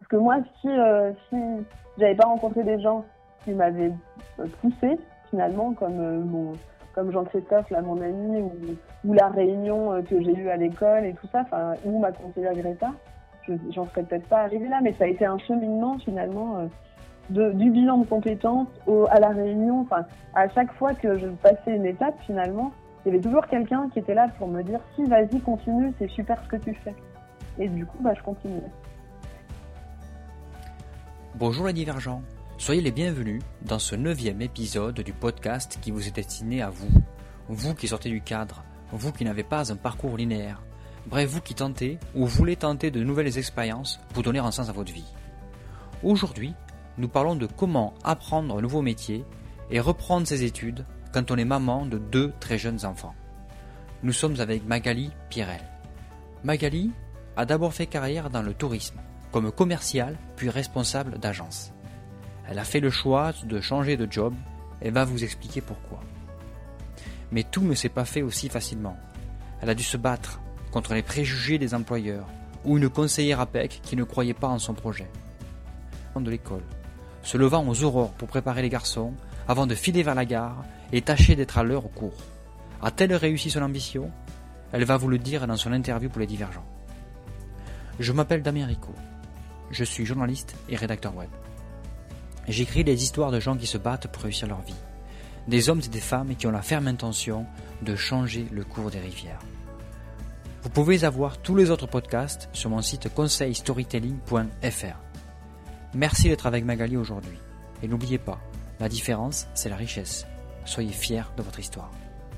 Parce que moi, si j'avais pas rencontré des gens qui m'avaient poussé, finalement, comme Jean-Christophe, là, mon ami, ou la réunion que j'ai eue à l'école et tout ça, ou ma conseillère Greta, j'en serais peut-être pas arrivée là, mais ça a été un cheminement, finalement, du bilan de compétences à la réunion. À chaque fois que je passais une étape, finalement, il y avait toujours quelqu'un qui était là pour me dire « Si, vas-y, continue, c'est super ce que tu fais ». Et du coup, je continuais. Bonjour les divergents, soyez les bienvenus dans ce 9e épisode du podcast qui vous est destiné à vous. Vous qui sortez du cadre, vous qui n'avez pas un parcours linéaire, bref vous qui tentez ou voulez tenter de nouvelles expériences pour donner un sens à votre vie. Aujourd'hui, nous parlons de comment apprendre un nouveau métier et reprendre ses études quand on est maman de 2 très jeunes enfants. Nous sommes avec Magali Pirel. Magali a d'abord fait carrière dans le tourisme, comme commerciale puis responsable d'agence. Elle a fait le choix de changer de job et va vous expliquer pourquoi. Mais tout ne s'est pas fait aussi facilement. Elle a dû se battre contre les préjugés des employeurs ou une conseillère APEC qui ne croyait pas en son projet. De l'école, se levant aux aurores pour préparer les garçons avant de filer vers la gare et tâcher d'être à l'heure au cours. A-t-elle réussi son ambition ? Elle va vous le dire dans son interview pour les divergents. Je m'appelle Damien Rico. Je suis journaliste et rédacteur web. J'écris des histoires de gens qui se battent pour réussir leur vie. Des hommes et des femmes qui ont la ferme intention de changer le cours des rivières. Vous pouvez avoir tous les autres podcasts sur mon site conseilstorytelling.fr. Merci d'être avec Magali aujourd'hui. Et n'oubliez pas, la différence, c'est la richesse. Soyez fiers de votre histoire.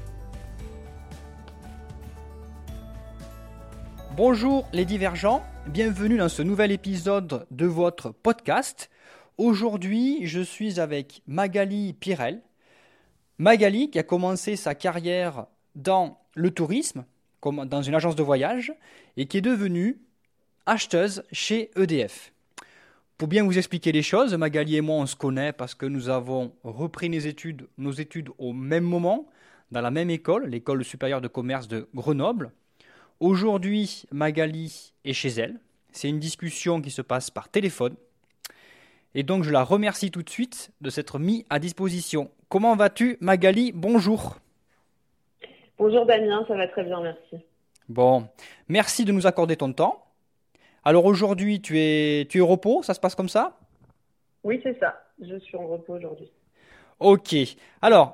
Bonjour les divergents, bienvenue dans ce nouvel épisode de votre podcast. Aujourd'hui, je suis avec Magali Pirel. Magali qui a commencé sa carrière dans le tourisme, comme dans une agence de voyage, et qui est devenue acheteuse chez EDF. Pour bien vous expliquer les choses, Magali et moi on se connaît parce que nous avons repris nos études au même moment, dans la même école, l'école supérieure de commerce de Grenoble. Aujourd'hui, Magali est chez elle. C'est une discussion qui se passe par téléphone. Et donc, je la remercie tout de suite de s'être mise à disposition. Comment vas-tu, Magali ? Bonjour. Bonjour Damien, ça va très bien, merci. Bon, merci de nous accorder ton temps. Alors aujourd'hui, tu es au repos, ça se passe comme ça ? Oui, c'est ça. Je suis en repos aujourd'hui. Ok. Alors,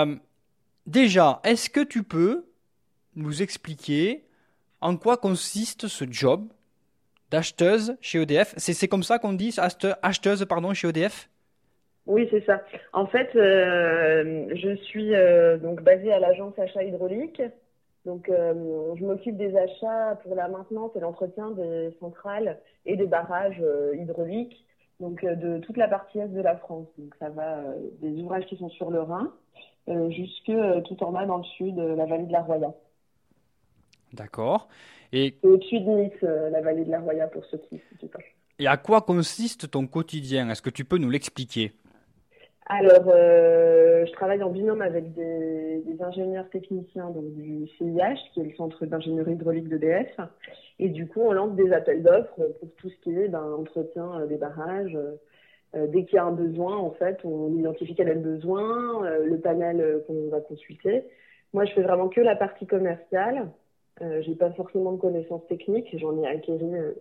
déjà, est-ce que tu peux nous expliquer en quoi consiste ce job d'acheteuse chez EDF ? C'est comme ça qu'on dit, acheteuse chez EDF ? Oui, c'est ça. En fait, je suis donc basée à l'agence achat hydraulique. Donc, je m'occupe des achats pour la maintenance et l'entretien des centrales et des barrages hydrauliques, donc de toute la partie est de la France. Donc, ça va des ouvrages qui sont sur le Rhin jusque tout en bas dans le sud, la vallée de la Roya. D'accord. Et au-dessus de Nice, la vallée de la Roya, pour ceux qui ne pas. Et à quoi consiste ton quotidien ? Est-ce que tu peux nous l'expliquer ? Alors, je travaille en binôme avec des ingénieurs techniciens donc du CIH, qui est le centre d'ingénierie hydraulique d'EDF. Et du coup, on lance des appels d'offres pour tout ce qui est entretien des barrages. Dès qu'il y a un besoin, en fait, on identifie quel est le besoin, le panel qu'on va consulter. Moi, je fais vraiment que la partie commerciale. J'ai pas forcément de connaissances techniques, j'en ai acquis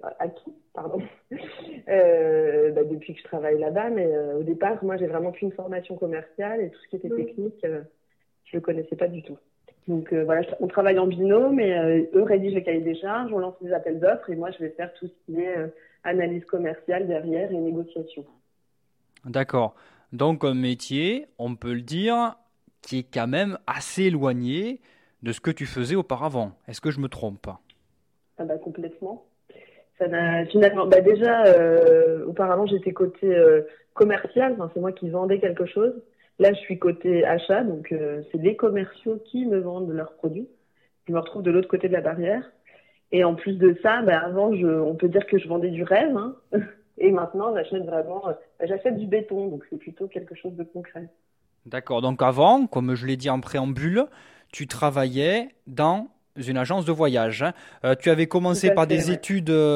depuis que je travaille là-bas, mais au départ, moi, j'ai vraiment qu'une formation commerciale et tout ce qui était technique, je le connaissais pas du tout. Donc voilà, on travaille en binôme, et eux rédigent les cahiers des charges, on lance des appels d'offres et moi, je vais faire tout ce qui est analyse commerciale derrière et négociation. D'accord. Donc un métier, on peut le dire, qui est quand même assez éloigné de ce que tu faisais auparavant. Est-ce que je me trompe ? Complètement. Ça n'a finalement, déjà, auparavant, j'étais côté commercial, c'est moi qui vendais quelque chose. Là, je suis côté achat, donc c'est les commerciaux qui me vendent leurs produits. Je me retrouve de l'autre côté de la barrière. Et en plus de ça, avant, on peut dire que je vendais du rêve, hein, et maintenant, j'achète du béton, donc c'est plutôt quelque chose de concret. D'accord. Donc avant, comme je l'ai dit en préambule, tu travaillais dans une agence de voyage. Tu avais commencé par des études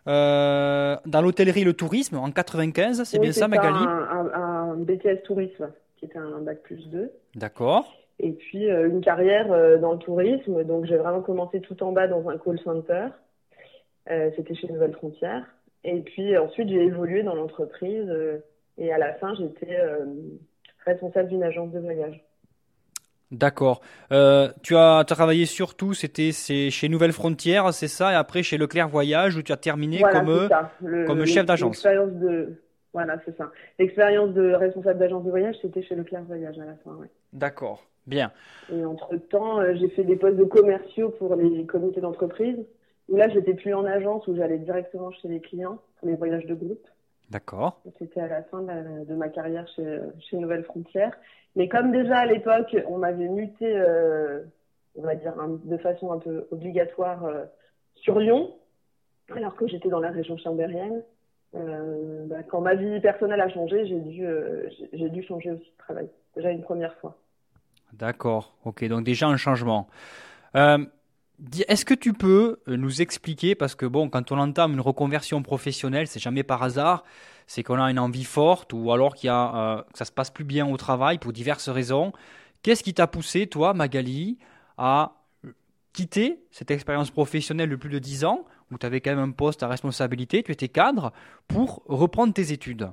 dans l'hôtellerie et le tourisme en 95, c'est Oui, bien ça, c'est ça, Magali? un BTS tourisme, qui était un bac+2. D'accord, Et puis une carrière dans le tourisme. Donc j'ai vraiment commencé tout en bas dans un call center. C'était chez Nouvelle Frontière. Et puis ensuite j'ai évolué dans l'entreprise et à la fin j'étais responsable d'une agence de voyage. d'accord. Tu as travaillé surtout, c'est chez Nouvelle Frontière, c'est ça, et après chez Leclerc Voyage où tu as terminé Voilà, c'est ça. comme chef d'agence. L'expérience de voilà, c'est ça. L'expérience de responsable d'agence de voyage, c'était chez Leclerc Voyage à la fin, ouais. D'accord, bien, Et entre-temps, j'ai fait des postes de commerciaux pour les comités d'entreprise. Où là, j'étais plus en agence, où j'allais directement chez les clients pour les voyages de groupe. d'accord, C'était à la fin de ma carrière chez Nouvelle Frontière. Mais comme déjà à l'époque, on m'avait muté, on va dire, de façon un peu obligatoire sur Lyon, alors que j'étais dans la région chambérienne, quand ma vie personnelle a changé, j'ai dû changer aussi de travail. Déjà une première fois. d'accord. Ok, donc déjà un changement. Euh, Est-ce que tu peux nous expliquer, parce que bon, quand on entame une reconversion professionnelle, c'est jamais par hasard, c'est qu'on a une envie forte ou alors que ça se passe plus bien au travail pour diverses raisons. Qu'est-ce qui t'a poussé, toi, Magali, à quitter cette expérience professionnelle de plus de 10 ans, où tu avais quand même un poste à responsabilité, tu étais cadre, pour reprendre tes études?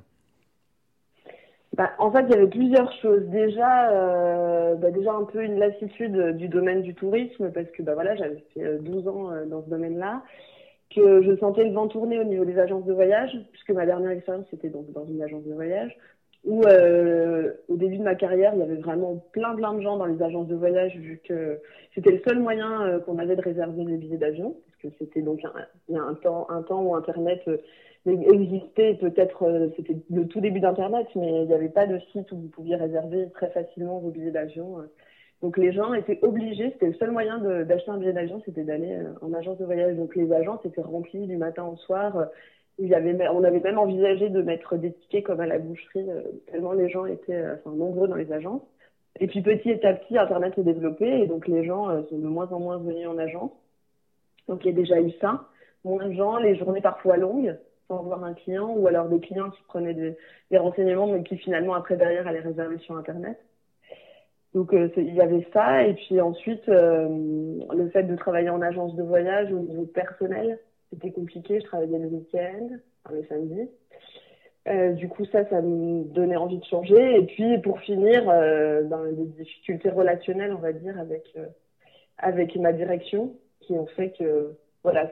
En fait, il y avait plusieurs choses. Déjà, déjà un peu une lassitude du domaine du tourisme, parce que voilà, j'avais fait 12 ans dans ce domaine-là, que je sentais le vent tourner au niveau des agences de voyage, puisque ma dernière expérience, c'était donc dans une agence de voyage, où au début de ma carrière, il y avait vraiment plein de gens dans les agences de voyage, vu que c'était le seul moyen qu'on avait de réserver les billets d'avion, parce que c'était donc il y a un temps où Internet existait, peut-être c'était le tout début d'Internet, mais il n'y avait pas de site où vous pouviez réserver très facilement vos billets d'avion. Donc les gens étaient obligés, c'était le seul moyen d'acheter un billet d'avion, c'était d'aller en agence de voyage. Donc les agences étaient remplies du matin au soir. On avait même envisagé de mettre des tickets comme à la boucherie, tellement les gens étaient nombreux dans les agences. Et puis petit à petit, Internet s'est développé et donc les gens sont de moins en moins venus en agence. Donc il y a déjà eu ça. Moins de gens, les journées parfois longues, sans voir un client, ou alors des clients qui prenaient des renseignements, mais qui finalement après derrière allaient réserver sur Internet. Donc il y avait ça, et puis ensuite le fait de travailler en agence de voyage au niveau personnel, c'était compliqué. Je travaillais le week-end, le samedi. Du coup ça me donnait envie de changer. Et puis pour finir, des difficultés relationnelles, on va dire, avec ma direction, qui ont fait que voilà,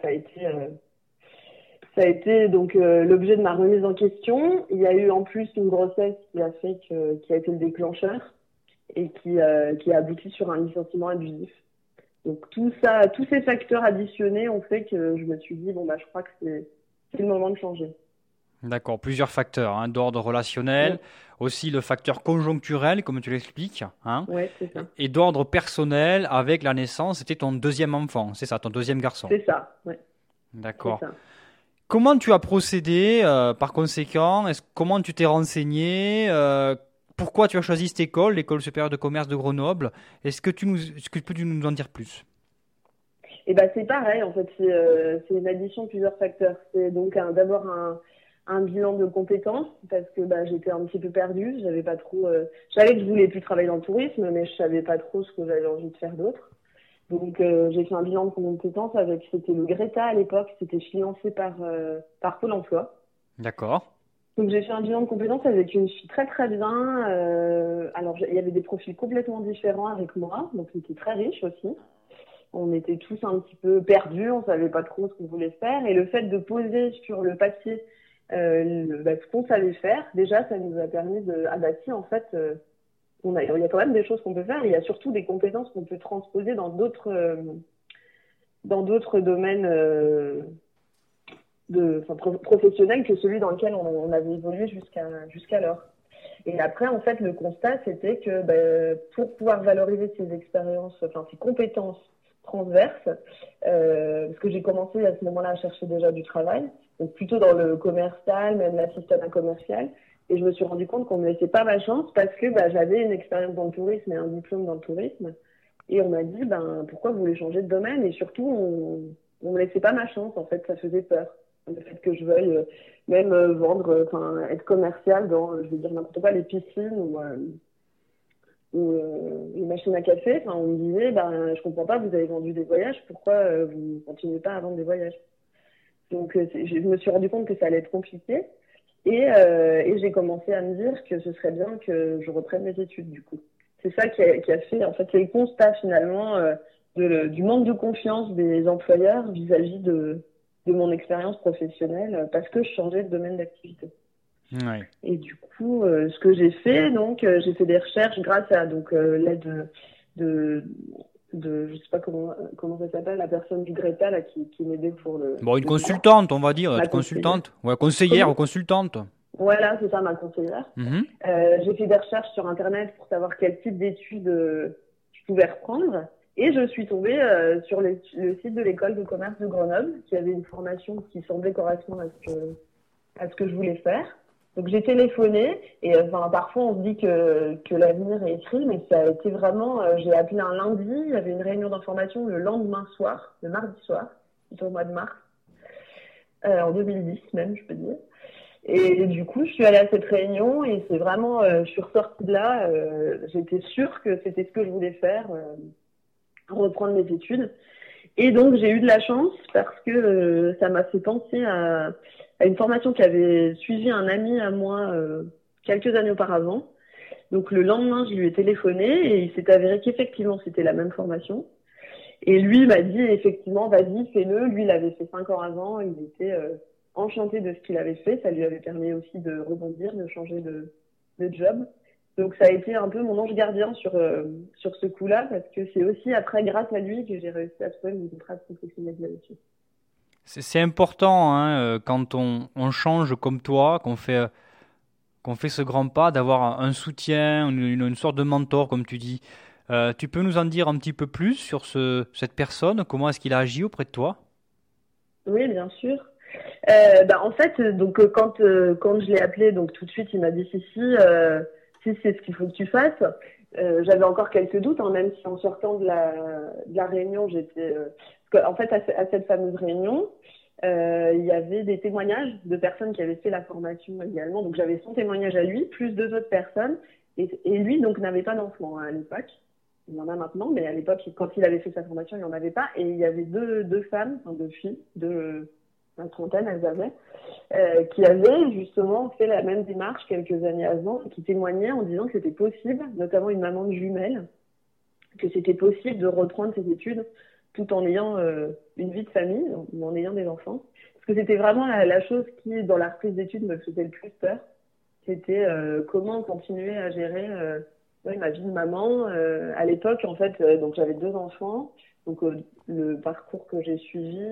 ça a été donc l'objet de ma remise en question. Il y a eu en plus une grossesse qui a été le déclencheur et qui a abouti sur un licenciement abusif. Donc tout ça, tous ces facteurs additionnés ont fait que je me suis dit je crois que c'est le moment de changer. D'accord, plusieurs facteurs, hein, d'ordre Oui, relationnel, aussi le facteur conjoncturel, comme tu l'expliques, hein, ouais, c'est ça. et d'ordre personnel avec la naissance, c'était ton deuxième enfant, c'est ça, ton deuxième garçon. C'est ça, ouais, c'est D'accord. ça. Comment tu as procédé par conséquent? Comment tu t'es renseigné? Pourquoi tu as choisi cette école, l'École supérieure de commerce de Grenoble? Est-ce que peux-tu nous en dire plus? Et c'est pareil, en fait, c'est une addition de plusieurs facteurs. C'est donc d'abord un bilan de compétences, parce que j'étais un petit peu perdue, j'avais pas trop, je savais que je voulais plus travailler dans le tourisme, mais je savais pas trop ce que j'avais envie de faire d'autre. Donc j'ai fait un bilan de compétences c'était le Greta à l'époque, c'était financé par Pôle emploi. D'accord. Donc j'ai fait un bilan de compétences avec une fille très très bien. Alors il y avait des profils complètement différents avec moi, donc c'était très riche aussi. On était tous un petit peu perdus, on savait pas trop ce qu'on voulait faire. Et le fait de poser sur le papier ce qu'on savait faire, déjà ça nous a permis de si en fait il y a quand même des choses qu'on peut faire. Et il y a surtout des compétences qu'on peut transposer dans d'autres domaines professionnels que celui dans lequel on avait évolué jusqu'alors. Et après, en fait, le constat, c'était que pour pouvoir valoriser ces expériences, ces compétences transverses, parce que j'ai commencé à ce moment-là à chercher déjà du travail, donc plutôt dans le commercial, même l'assistanat commercial, et je me suis rendu compte qu'on me laissait pas ma chance parce que j'avais une expérience dans le tourisme et un diplôme dans le tourisme, et on m'a dit pourquoi vous voulez changer de domaine, et surtout on me laissait pas ma chance, en fait, ça faisait peur. Le fait que je veuille même vendre, être commercial dans, je vais dire n'importe quoi, les piscines ou les machines à café. Enfin, on me disait, je comprends pas, vous avez vendu des voyages, pourquoi vous continuez pas à vendre des voyages? Donc, je me suis rendu compte que ça allait être compliqué. Et j'ai commencé à me dire que ce serait bien que je reprenne mes études, du coup. C'est ça qui a fait, en fait, c'est le constat finalement du manque de confiance des employeurs vis-à-vis de mon expérience professionnelle parce que je changeais de domaine d'activité. Ouais. Et du coup, ce que j'ai fait, donc, j'ai fait des recherches grâce à l'aide de je sais pas comment ça s'appelle, la personne du Greta là, qui m'aidait pour Bon, une consultante, on va dire, ma une conseillère. consultante. Ouais, conseillère ou consultante. Voilà, c'est ça, ma conseillère. Mhm. J'ai fait des recherches sur Internet pour savoir quel type d'études je pouvais reprendre. Et je suis tombée sur le site de l'école de commerce de Grenoble, qui avait une formation qui semblait correspondre à ce que je voulais faire. Donc j'ai téléphoné et parfois on se dit que l'avenir est écrit, mais ça a été vraiment, j'ai appelé un lundi, il y avait une réunion d'information le lendemain soir, le mardi soir, c'était au mois de mars, en 2010 même, je peux dire. Et du coup, je suis allée à cette réunion et c'est vraiment, je suis ressortie de là, j'étais sûre que c'était ce que je voulais faire, reprendre mes études. Et donc, j'ai eu de la chance parce que ça m'a fait penser à une formation qu'avait suivi un ami à moi quelques années auparavant. Donc, le lendemain, je lui ai téléphoné et il s'est avéré qu'effectivement, c'était la même formation. Et lui m'a dit, effectivement, vas-y, fais-le. Lui, il avait fait 5 ans avant, il était enchanté de ce qu'il avait fait. Ça lui avait permis aussi de rebondir, de changer de job. Donc ça a été un peu mon ange gardien sur ce coup-là, parce que c'est aussi après, grâce à lui, que j'ai réussi à trouver mon contrat de professionnel là-dessus. C'est important, hein, quand on change comme toi, qu'on fait ce grand pas, d'avoir un soutien, une sorte de mentor, comme tu dis. Tu peux nous en dire un petit peu plus sur cette personne? Comment est-ce qu'il a agi auprès de toi? Oui, bien sûr. En fait, donc quand je l'ai appelé, donc tout de suite, il m'a dit si c'est ce qu'il faut que tu fasses. J'avais encore quelques doutes, hein, même si en sortant de la réunion, j'étais en fait à cette fameuse réunion, il y avait des témoignages de personnes qui avaient fait la formation également. Donc j'avais son témoignage à lui, plus 2 autres personnes, et lui donc n'avait pas d'enfant à l'époque. Il y en a maintenant, mais à l'époque, quand il avait fait sa formation, il n'y en avait pas. Et il y avait deux femmes, enfin 2 filles, une trentaine, elles avaient, qui avaient justement fait la même démarche quelques années avant, qui témoignaient en disant que c'était possible, notamment une maman de jumelles, que c'était possible de reprendre ses études tout en ayant une vie de famille, ou en ayant des enfants. Parce que c'était vraiment la chose qui, dans la reprise d'études, me faisait le plus peur. C'était comment continuer à gérer ma vie de maman. À l'époque, en fait, donc j'avais 2 enfants. Donc le parcours que j'ai suivi,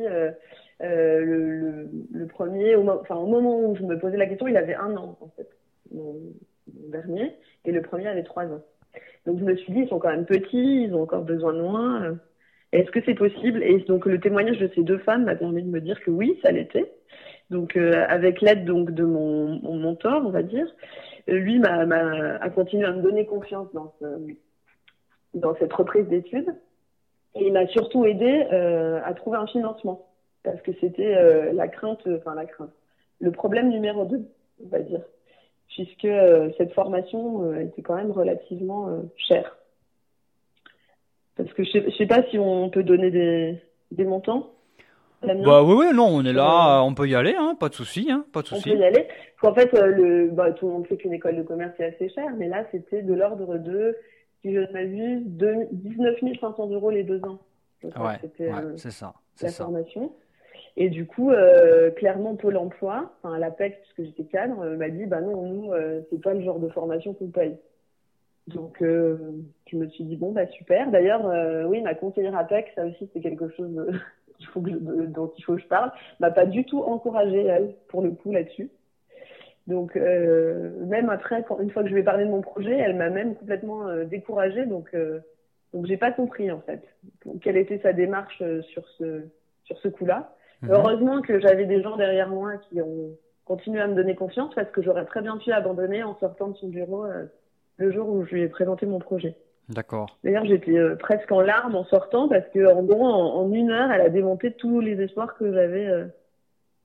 le premier, au moment où je me posais la question, il avait 1 an, en fait, mon dernier, et le premier avait 3 ans. Donc je me suis dit, ils sont quand même petits, ils ont encore besoin de moi. Est-ce que c'est possible? Et donc le témoignage de ces 2 femmes m'a permis de me dire que oui, ça l'était. Donc avec l'aide donc de mon mentor, on va dire, lui a continué à me donner confiance dans cette reprise d'études. Et il m'a surtout aidé à trouver un financement. Parce que c'était la crainte, le problème numéro 2, on va dire. Puisque cette formation était quand même relativement chère. Parce que je sais pas si on peut donner des montants. Bah oui, non, on est là, on peut y aller, hein, pas de souci, hein, pas de souci. On peut y aller. Parce qu'en fait, tout le monde sait qu'une école de commerce est assez chère, mais là, c'était de l'ordre de, si je ne m'abuse, 19 500 € les 2 ans. Ouais, c'est ça. Formation. Et du coup, clairement, Pôle emploi, enfin l'APEC, puisque j'étais cadre, m'a dit, non, nous, c'est pas le genre de formation qu'on paye. Donc, je me suis dit, bon, super. D'ailleurs, oui, ma conseillère APEC, ça aussi, c'est quelque chose dont il faut que je parle, m'a pas du tout encouragée, elle, pour le coup, là-dessus. Donc, même après, une fois que je lui ai parlé de mon projet, elle m'a même complètement découragée. Donc, j'ai pas compris, en fait, quelle était sa démarche sur ce coup-là. Heureusement que j'avais des gens derrière moi qui ont continué à me donner confiance, parce que j'aurais très bien pu abandonner en sortant de son bureau le jour où je lui ai présenté mon projet. D'accord. D'ailleurs, j'étais presque en larmes en sortant, parce que en gros, en 1 heure, elle a démonté tous les espoirs que j'avais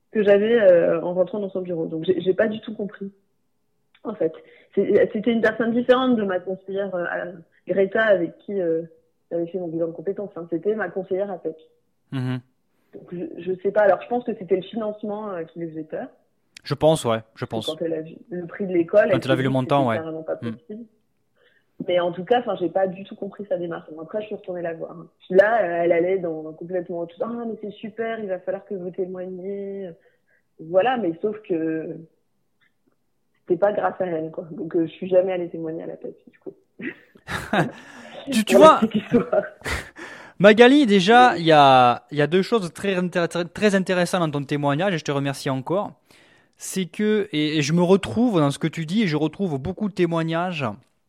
que j'avais en rentrant dans son bureau. Donc, j'ai pas du tout compris, en fait. C'était une personne différente de ma conseillère Greta avec qui j'avais fait mon bilan de compétences. Hein. C'était ma conseillère APEC. Donc, je sais pas. Alors, je pense que c'était le financement qui lui faisait peur. Je pense, ouais, je pense. Quand elle a vu le prix de l'école, quand elle a vu le montant, ouais. Carrément pas possible. Mais en tout cas, j'ai pas du tout compris sa démarche. Bon, après, je suis retournée la voir. Puis là, elle allait dans complètement autre chose. Ah, mais c'est super, il va falloir que vous témoigniez. Voilà, mais sauf que c'était pas grâce à elle, quoi. Donc, je suis jamais allée témoigner à la PEC, du coup. tu vois, Magali, déjà, il y a deux choses très intéressantes dans ton témoignage, et je te remercie encore. C'est que, et je me retrouve dans ce que tu dis, et je retrouve beaucoup de témoignages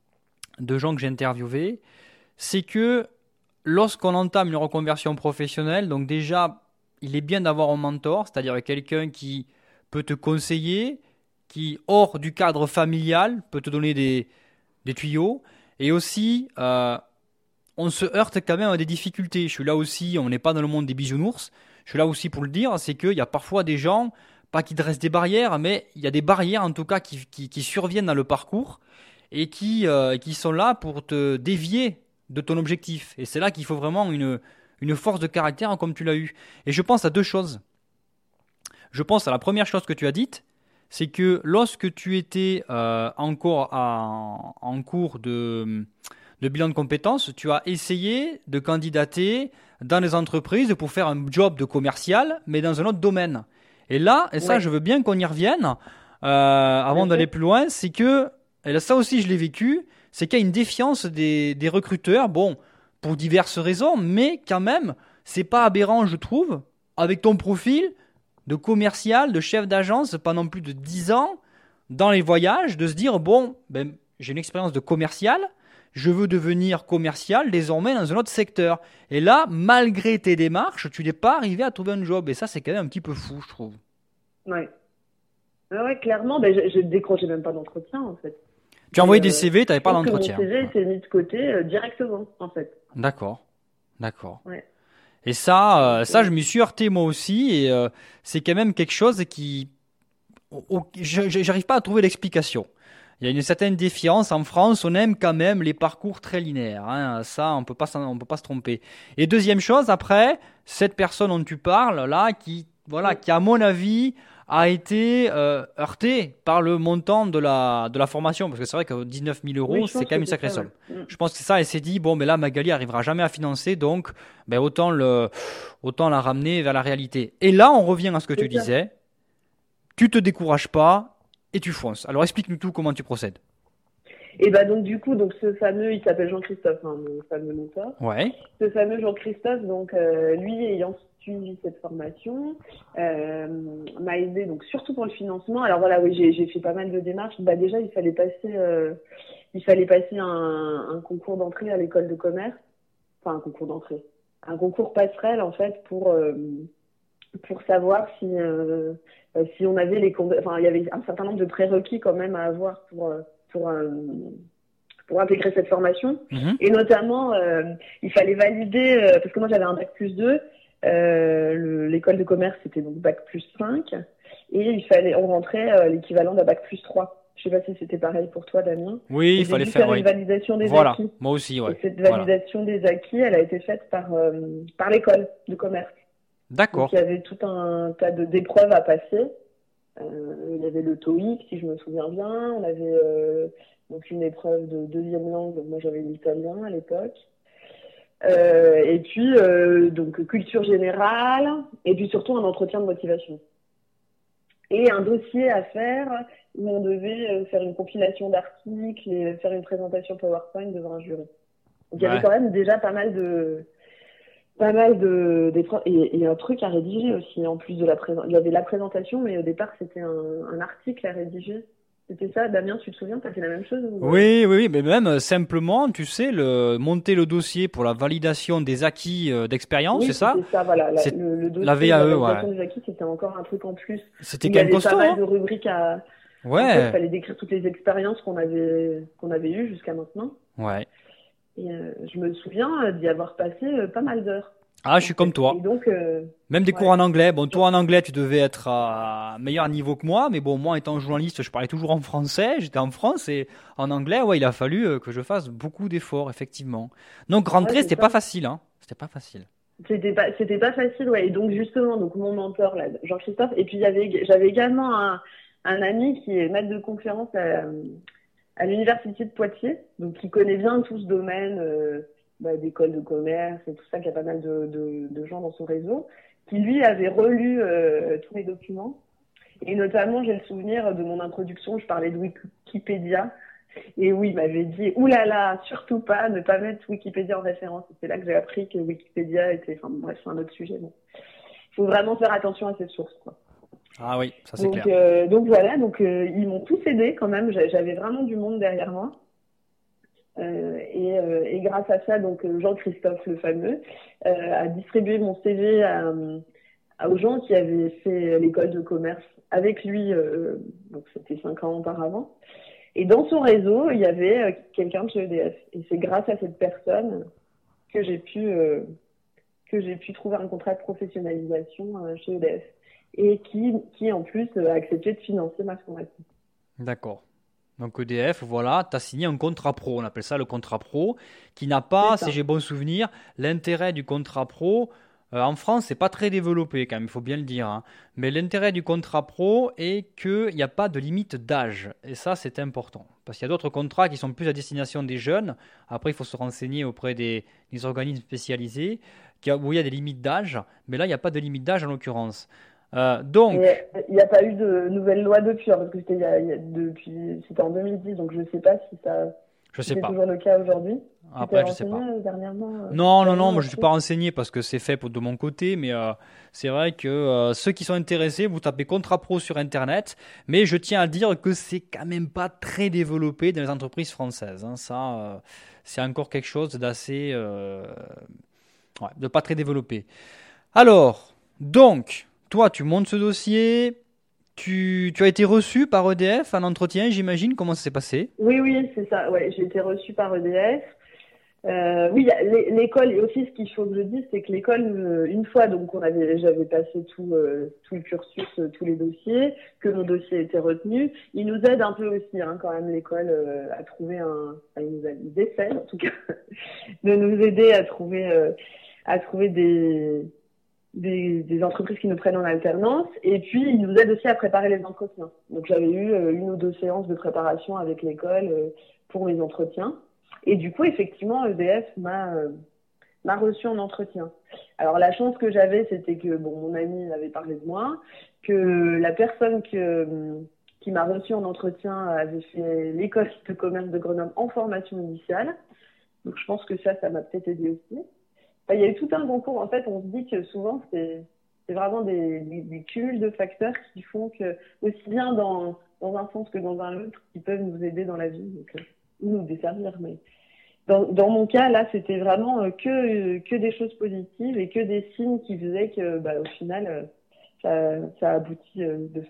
de gens que j'ai interviewés, c'est que lorsqu'on entame une reconversion professionnelle, donc déjà, il est bien d'avoir un mentor, c'est-à-dire quelqu'un qui peut te conseiller, qui, hors du cadre familial, peut te donner des tuyaux, et aussi, on se heurte quand même à des difficultés. Je suis là aussi, on n'est pas dans le monde des bisounours, je suis là aussi pour le dire, c'est qu'il y a parfois des gens, pas qui dressent des barrières, mais il y a des barrières en tout cas qui surviennent dans le parcours, et qui sont là pour te dévier de ton objectif. Et c'est là qu'il faut vraiment une force de caractère comme tu l'as eu. Et je pense à deux choses. Je pense à la première chose que tu as dite, c'est que lorsque tu étais encore en cours de bilan de compétences, tu as essayé de candidater dans les entreprises pour faire un job de commercial, mais dans un autre domaine. Et là, et ça, je veux bien qu'on y revienne, avant d'aller plus loin, c'est que, et là, ça aussi je l'ai vécu, c'est qu'il y a une défiance des recruteurs, bon, pour diverses raisons, mais quand même, c'est pas aberrant, je trouve, avec ton profil de commercial, de chef d'agence pendant plus de 10 ans, dans les voyages, de se dire, bon, ben, j'ai une expérience de commercial, je veux devenir commercial désormais dans un autre secteur. Et là, malgré tes démarches, tu n'es pas arrivé à trouver un job. Et ça, c'est quand même un petit peu fou, je trouve. Ouais. Ouais, clairement, je décrochais même pas d'entretien, en fait. Tu as envoyé des CV, tu n'avais pas d'entretien. Mon CV était mis de côté directement, en fait. D'accord. Ouais. Et ça, je m'y suis heurté moi aussi. Et c'est quand même quelque chose qui... J'arrive pas à trouver l'explication. Il y a une certaine défiance. En France, on aime quand même les parcours très linéaires. Hein. Ça, on peut pas se tromper. Et deuxième chose, après, cette personne dont tu parles, là, qui, à mon avis, a été heurtée par le montant de la formation. Parce que c'est vrai que 19 000 euros, c'est quand même une sacrée somme. Ouais. Je pense que c'est ça, elle s'est dit, bon, mais là, Magali arrivera jamais à financer, donc autant la ramener vers la réalité. Et là, on revient à ce que tu disais. Tu te décourages pas. Et tu fonces. Alors explique-nous tout, comment tu procèdes. Et donc du coup, ce fameux, il s'appelle Jean-Christophe, hein, mon fameux mentor. Ouais. Ce fameux Jean-Christophe, donc lui ayant suivi cette formation, m'a aidé donc surtout pour le financement. Alors voilà, oui, j'ai fait pas mal de démarches. Déjà, il fallait passer un concours d'entrée à l'école de commerce. Enfin, un concours d'entrée, un concours passerelle en fait pour savoir si on avait il y avait un certain nombre de prérequis quand même à avoir pour intégrer cette formation. Et notamment il fallait valider parce que moi j'avais un bac+2, l'école de commerce c'était donc bac+5 et on rentrait l'équivalent d'un bac+3. Je sais pas si c'était pareil pour toi, Damien. Oui, il fallait faire une validation des acquis. Moi aussi, ouais. Et cette validation des acquis, elle a été faite par l'école de commerce. D'accord. Donc, il y avait tout un tas d'épreuves à passer. Il y avait le TOEIC, si je me souviens bien. On avait donc une épreuve de deuxième langue. Donc moi, j'avais l'italien à l'époque. Et puis, donc, culture générale. Et puis, surtout, un entretien de motivation. Et un dossier à faire où on devait faire une compilation d'articles et faire une présentation PowerPoint devant un jury. Donc, il y avait quand même déjà pas mal d'épreuves et un truc à rédiger aussi en plus de la présentation. Il y avait la présentation, mais au départ c'était un article à rédiger. C'était ça, Damien, tu te souviens, t'as fait la même chose ou... Oui, mais même simplement, tu sais, monter le dossier pour la validation des acquis d'expérience, c'est ça? Oui, c'est ça, voilà. Le dossier la VAE, de la validation des acquis, c'était encore un truc en plus. C'était quand même costaud. Il y avait pas mal de rubriques à... Ouais. En fait, il fallait décrire toutes les expériences qu'on avait eues jusqu'à maintenant. Ouais. Et je me souviens d'y avoir passé pas mal d'heures. Ah, je en suis comme fait. toi. Et donc, Même des cours ouais. en anglais. Bon, toi en anglais, tu devais être à meilleur niveau que moi, mais bon, moi étant journaliste, je parlais toujours en français. J'étais en France et en anglais, ouais, il a fallu que je fasse beaucoup d'efforts, effectivement. Donc Ouais, rentrer, c'est c'était pas ça. facile, hein. C'était pas facile. C'était pas facile, ouais. Et donc, justement, donc, mon mentor, là, Jean-Christophe, et puis j'avais également un ami qui est maître de conférence à l'université de Poitiers, donc qui connaît bien tout ce domaine d'école de commerce et tout ça, qui a pas mal de gens dans son réseau, qui lui avait relu tous les documents. Et notamment, j'ai le souvenir de mon introduction, je parlais de Wikipédia. Et oui, il m'avait dit, oulala, surtout pas, ne pas mettre Wikipédia en référence. C'est là que j'ai appris que Wikipédia était, enfin bref, c'est un autre sujet. Bon. Il faut vraiment faire attention à ces sources, quoi. Ah oui, ça c'est Donc, clair. voilà, donc ils m'ont tous aidé quand même. J'avais vraiment du monde derrière moi. Et grâce à ça, donc Jean-Christophe le fameux a distribué mon CV aux gens qui avaient fait l'école de commerce avec lui. Donc c'était 5 ans auparavant. Et dans son réseau, il y avait quelqu'un de chez EDF. Et c'est grâce à cette personne que j'ai pu trouver un contrat de professionnalisation chez EDF. Et qui en plus a accepté de financer ma formation. D'accord. Donc EDF, voilà, tu as signé un contrat pro, on appelle ça le contrat pro, qui n'a C'est pas, si ça. j'ai bon souvenir, l'intérêt du contrat pro. En France, c'est pas très développé quand même, il faut bien le dire, hein. Mais l'intérêt du contrat pro est qu'il n'y a pas de limite d'âge. Et ça, c'est important. Parce qu'il y a d'autres contrats qui sont plus à destination des jeunes. Après, il faut se renseigner auprès des organismes spécialisés où il y a des limites d'âge. Mais là, il n'y a pas de limite d'âge en l'occurrence. Et Donc, il n'y a pas eu de nouvelle loi depuis, hein, parce que c'était en 2010, donc je ne sais pas je si sais c'est pas. toujours le cas aujourd'hui. Tu t'es Après, je sais renseigné pas. dernièrement, Non, non, non, moi je ne suis là-dessus? pas renseigné parce que c'est fait de mon côté, mais c'est vrai que ceux qui sont intéressés, vous tapez contrat pro sur Internet, mais je tiens à dire que c'est quand même pas très développé dans les entreprises françaises, hein. Ça, c'est encore quelque chose d'assez, ouais, de pas très développé. Alors, donc, toi, tu montes ce dossier, tu as été reçu par EDF à l'entretien, j'imagine, comment ça s'est passé? Oui, oui, c'est ça. Ouais, j'ai été reçue par EDF. Oui, l'école, et aussi ce qu'il faut que je dise, c'est que l'école, une fois donc j'avais passé tout le cursus, tous les dossiers, que mon dossier était retenu, ils nous aident un peu aussi, hein, quand même l'école à trouver ils essaient en tout cas de nous aider à trouver des entreprises qui nous prennent en alternance, et puis ils nous aident aussi à préparer les entretiens. Donc j'avais eu une ou deux séances de préparation avec l'école pour mes entretiens. Et du coup, effectivement, EDF m'a reçu en entretien. Alors la chance que j'avais, c'était que mon ami avait parlé de moi, que la personne qui m'a reçu en entretien avait fait l'école de commerce de Grenoble en formation initiale. Donc je pense que ça m'a peut-être aidé aussi. Enfin, il y a eu tout un concours. En fait, on se dit que souvent, c'est vraiment des cumuls de facteurs qui font que, aussi bien dans un sens que dans un autre, qui peuvent nous aider dans la vie, donc, ou nous desservir. Mais dans mon cas, là, c'était vraiment que des choses positives et que des signes qui faisaient que, au final, ça aboutit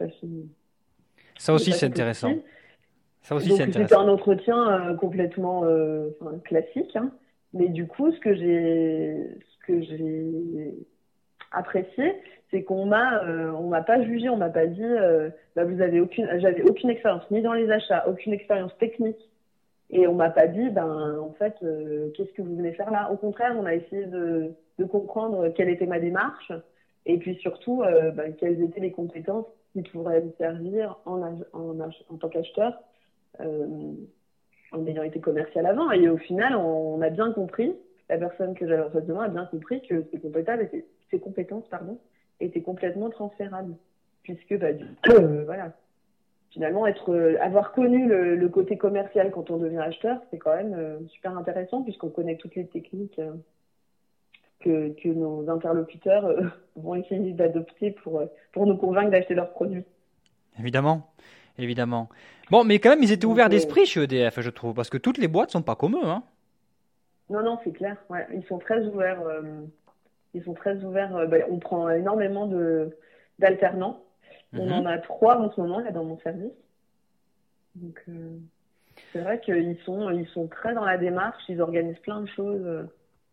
Ça de aussi, c'est façon intéressant. positive. Ça aussi, c'est Donc, c'était intéressant. un entretien complètement classique, hein. Mais du coup, ce que j'ai apprécié, c'est on m'a pas jugé, on m'a pas dit, j'avais aucune expérience ni dans les achats, aucune expérience technique. Et on m'a pas dit, en fait, qu'est-ce que vous venez faire là? Au contraire, on a essayé de comprendre quelle était ma démarche et puis surtout, quelles étaient les compétences qui pourraient me servir en tant qu'acheteur, euh, en ayant été commercial avant. Et au final, on a bien compris, la personne que j'avais en face de moi a bien compris que ses compétences, étaient complètement transférables. Puisque, du coup, voilà, finalement, avoir connu le côté commercial quand on devient acheteur, c'est quand même super intéressant puisqu'on connaît toutes les techniques que nos interlocuteurs vont essayer d'adopter pour nous convaincre d'acheter leurs produits. Évidemment, évidemment. Bon, mais quand même, ils étaient Donc, ouverts d'esprit chez EDF, je trouve, parce que toutes les boîtes sont pas comme eux, hein. non, non, c'est clair. Ouais, ils sont très ouverts. Ils sont très ouverts. On prend énormément d'alternants. On en Mhm. a 3 en ce moment là dans mon service. Donc c'est vrai qu'ils sont très dans la démarche. Ils organisent plein de choses.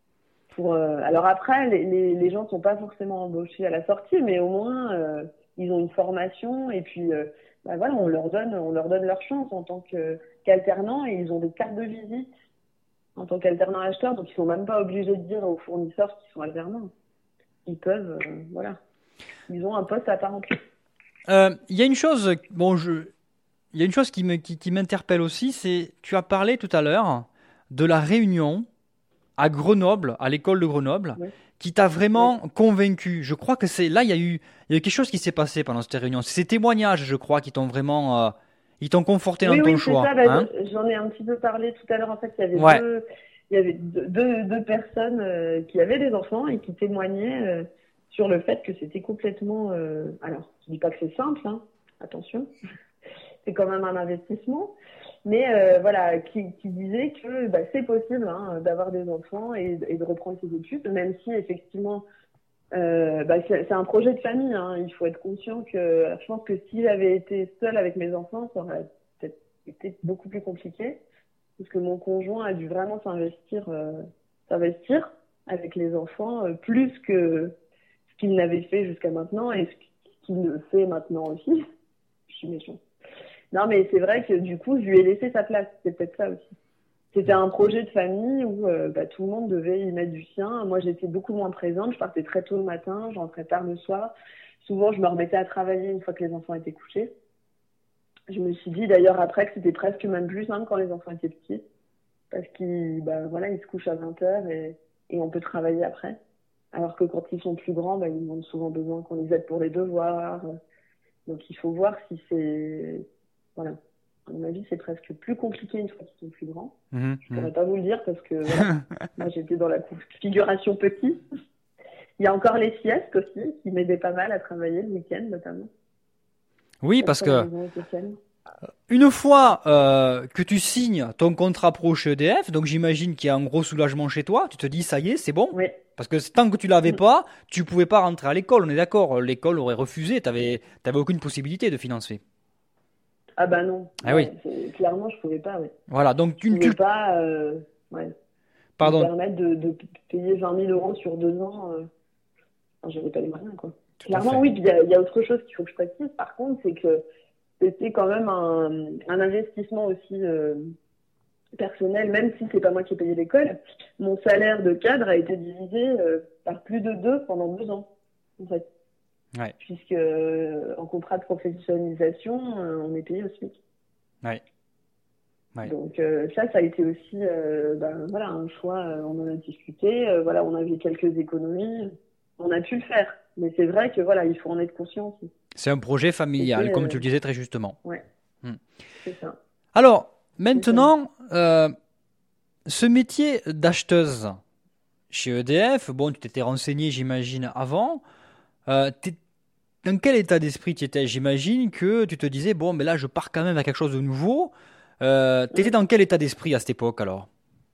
Alors après, les gens sont pas forcément embauchés à la sortie, mais au moins ils ont une formation et puis voilà, on leur donne leur chance en tant qu'alternants et ils ont des cartes de visite en tant qu'alternants acheteurs, donc ils sont même pas obligés de dire aux fournisseurs qu'ils sont alternants. Ils peuvent, voilà, ils ont un poste à part entière. Il y a une chose, il y a une chose qui m'interpelle aussi, c'est tu as parlé tout à l'heure de la réunion à Grenoble, à l'école de Grenoble, Oui. qui t'a Oui. vraiment convaincu. Je crois que c'est là, il y a eu quelque chose qui s'est passé pendant cette réunion. C'est ces témoignages, je crois, qui t'ont vraiment, ils t'ont conforté dans Oui, ton oui, c'est choix, ça. Bah, hein? j'en ai un petit peu parlé tout à l'heure. En fait, Ouais. il y avait deux personnes qui avaient des enfants et qui témoignaient sur le fait que c'était complètement. Alors, je dis pas que c'est simple, hein, attention, c'est quand même un investissement, mais voilà, qui disait que bah, c'est possible hein, d'avoir des enfants et de reprendre ses études, même si effectivement. Bah, c'est un projet de famille, hein. Il faut être conscient que je pense que si j'avais été seule avec mes enfants, ça aurait peut-être été beaucoup plus compliqué, parce que mon conjoint a dû vraiment s'investir avec les enfants plus que ce qu'il n'avait fait jusqu'à maintenant et ce qu'il le fait maintenant aussi. Je suis méchante. Non, mais c'est vrai que du coup, je lui ai laissé sa place. C'est peut-être ça aussi. C'était un projet de famille où bah, tout le monde devait y mettre du sien. Moi, j'étais beaucoup moins présente. Je partais très tôt le matin, je rentrais tard le soir. Souvent, je me remettais à travailler une fois que les enfants étaient couchés. Je me suis dit d'ailleurs après que c'était presque même plus simple quand les enfants étaient petits. Parce qu'ils bah, voilà, ils se couchent à 20h et on peut travailler après. Alors que quand ils sont plus grands, bah, ils ont souvent besoin qu'on les aide pour les devoirs. Donc il faut voir si c'est... Voilà. À mon avis, c'est presque plus compliqué une fois qu'ils sont plus grands. Mhm, Je pourrais pas vous le dire parce que voilà, mhm. moi j'étais dans la configuration petit. Il y a encore les siestes aussi qui m'aidaient pas mal à travailler le week-end notamment. Oui, Comme parce ça la que maison était calme. une fois que tu signes ton contrat pro chez EDF, donc j'imagine qu'il y a un gros soulagement chez toi, tu te dis ça y est, c'est bon. Oui. Parce que tant que tu l'avais Mm. pas, tu pouvais pas rentrer à l'école, on est d'accord. L'école aurait refusé, t'avais aucune possibilité de financer. Ah bah non, Ah oui. ouais, clairement je pouvais pas, ouais. Voilà, donc Je pouvais pas ouais, me pardon, permettre de payer 20 000 euros sur 2 ans. Enfin, j'avais pas les moyens quoi. tout à Clairement fait. oui, puis il y a autre chose qu'il faut que je précise par contre, c'est que c'était quand même un investissement aussi personnel, même si c'est pas moi qui ai payé l'école. Mon salaire de cadre a été divisé par plus de 2 pendant 2 ans, en fait. Ouais, Puisque en contrat de professionnalisation, on est payé au SMIC. ouais, ouais. Donc ça a été aussi ben, voilà, un choix, on en a discuté, voilà, on avait quelques économies, on a pu le faire. Mais c'est vrai que voilà, il faut en être conscient aussi. C'est un projet familial, C'était, comme tu le disais très justement. ouais, Hmm. c'est ça. Alors, C'est ça. maintenant, ce métier d'acheteuse chez EDF, bon, tu t'étais renseigné, j'imagine, avant. Dans quel état d'esprit tu étais? J'imagine que tu te disais, bon, mais là, je pars quand même à quelque chose de nouveau. Tu étais Mm. dans quel état d'esprit à cette époque alors?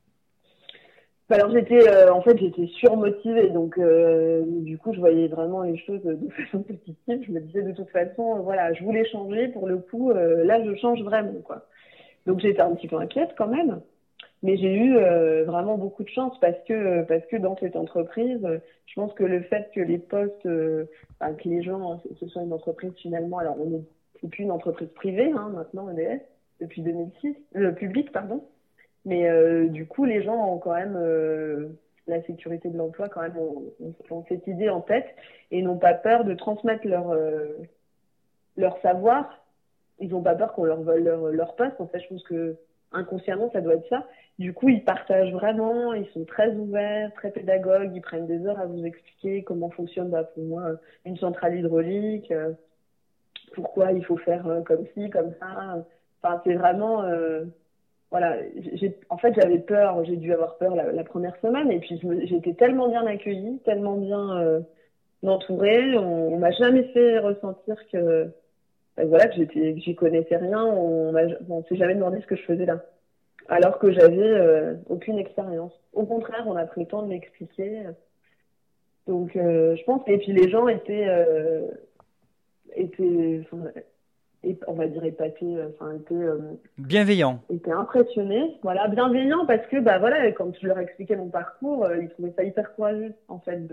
Bah alors en fait j'étais surmotivée donc du coup je voyais vraiment les choses de façon positive. Je me disais de toute façon voilà je voulais changer pour le coup là je change vraiment quoi. Donc j'étais un petit peu inquiète quand même, mais j'ai eu vraiment beaucoup de chance parce que dans cette entreprise je pense que le fait que les postes enfin, que les gens ce soit une entreprise finalement alors c'est plus une entreprise privée hein, maintenant EDF depuis 2006 public pardon. Mais du coup, les gens ont quand même la sécurité de l'emploi, quand même, ont cette idée en tête et n'ont pas peur de transmettre leur savoir. Ils n'ont pas peur qu'on leur vole leur poste. En fait, je pense que inconsciemment, ça doit être ça. Du coup, ils partagent vraiment, ils sont très ouverts, très pédagogues, ils prennent des heures à vous expliquer comment fonctionne, bah, pour moi, une centrale hydraulique, pourquoi il faut faire comme ci, comme ça. Enfin, c'est vraiment... voilà, en fait, j'avais peur, j'ai dû avoir peur la première semaine, et puis j'ai été tellement bien accueillie, tellement bien entourée, on m'a jamais fait ressentir que, ben voilà, que j'y connaissais rien, on s'est jamais demandé ce que je faisais là, alors que j'avais aucune expérience. Au contraire, on a pris le temps de m'expliquer. Donc, je pense, et puis les gens étaient enfin, on va dire épaté, Bienveillant. était impressionné, voilà, bienveillant parce que bah voilà, quand je leur expliquais mon parcours, ils trouvaient ça hyper courageux en fait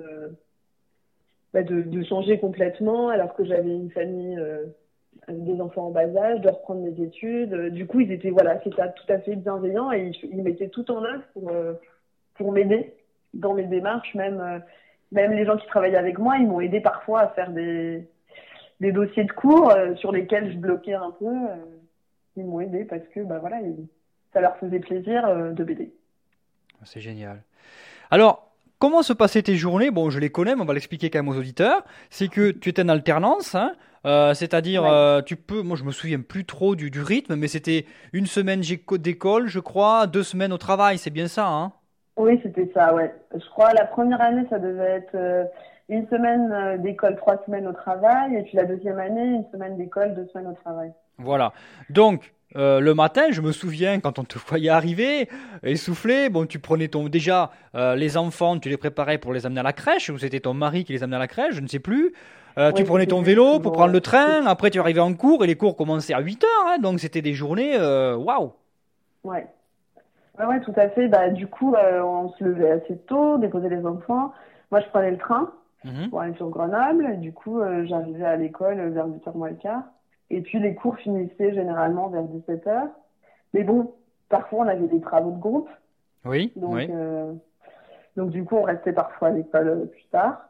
de changer complètement alors que j'avais une famille avec des enfants en bas âge, de reprendre mes études. Du coup, ils étaient c'était tout à fait bienveillant et ils mettaient tout en œuvre pour m'aider dans mes démarches, même les gens qui travaillaient avec moi, ils m'ont aidé parfois à faire des dossiers de cours sur lesquels je bloquais un peu. Ils m'ont aidé parce que bah voilà, ça leur faisait plaisir de m'aider. C'est génial. Alors, comment se passaient tes journées? Bon, je les connais, mais on va l'expliquer quand même aux auditeurs. C'est que tu étais en alternance, hein, c'est-à-dire, moi je me souviens plus trop du rythme, mais c'était une semaine d'école, je crois, 2 semaines au travail, c'est bien ça, hein? Oui, c'était ça, ouais. Je crois la première année, ça devait être une semaine d'école, 3 semaines au travail, et puis la deuxième année, une semaine d'école, 2 semaines au travail. Voilà. Donc, le matin, je me souviens quand on te voyait arriver, essoufflé, bon, tu prenais déjà les enfants, tu les préparais pour les amener à la crèche, ou c'était ton mari qui les amenait à la crèche, je ne sais plus. Tu prenais ton vélo pour prendre le train, après tu arrivais en cours et les cours commençaient à 8 heures, hein, donc c'était des journées, waouh! Ouais. Ouais, tout à fait. Bah, du coup, on se levait assez tôt, déposer les enfants. Moi, je prenais le train pour aller sur Grenoble. Et du coup, j'arrivais à l'école vers 8h moins le quart. Et puis, les cours finissaient généralement vers 17h. Mais bon, parfois, on avait des travaux de groupe. Oui, donc, oui. Donc, du coup, on restait parfois à l'école plus tard.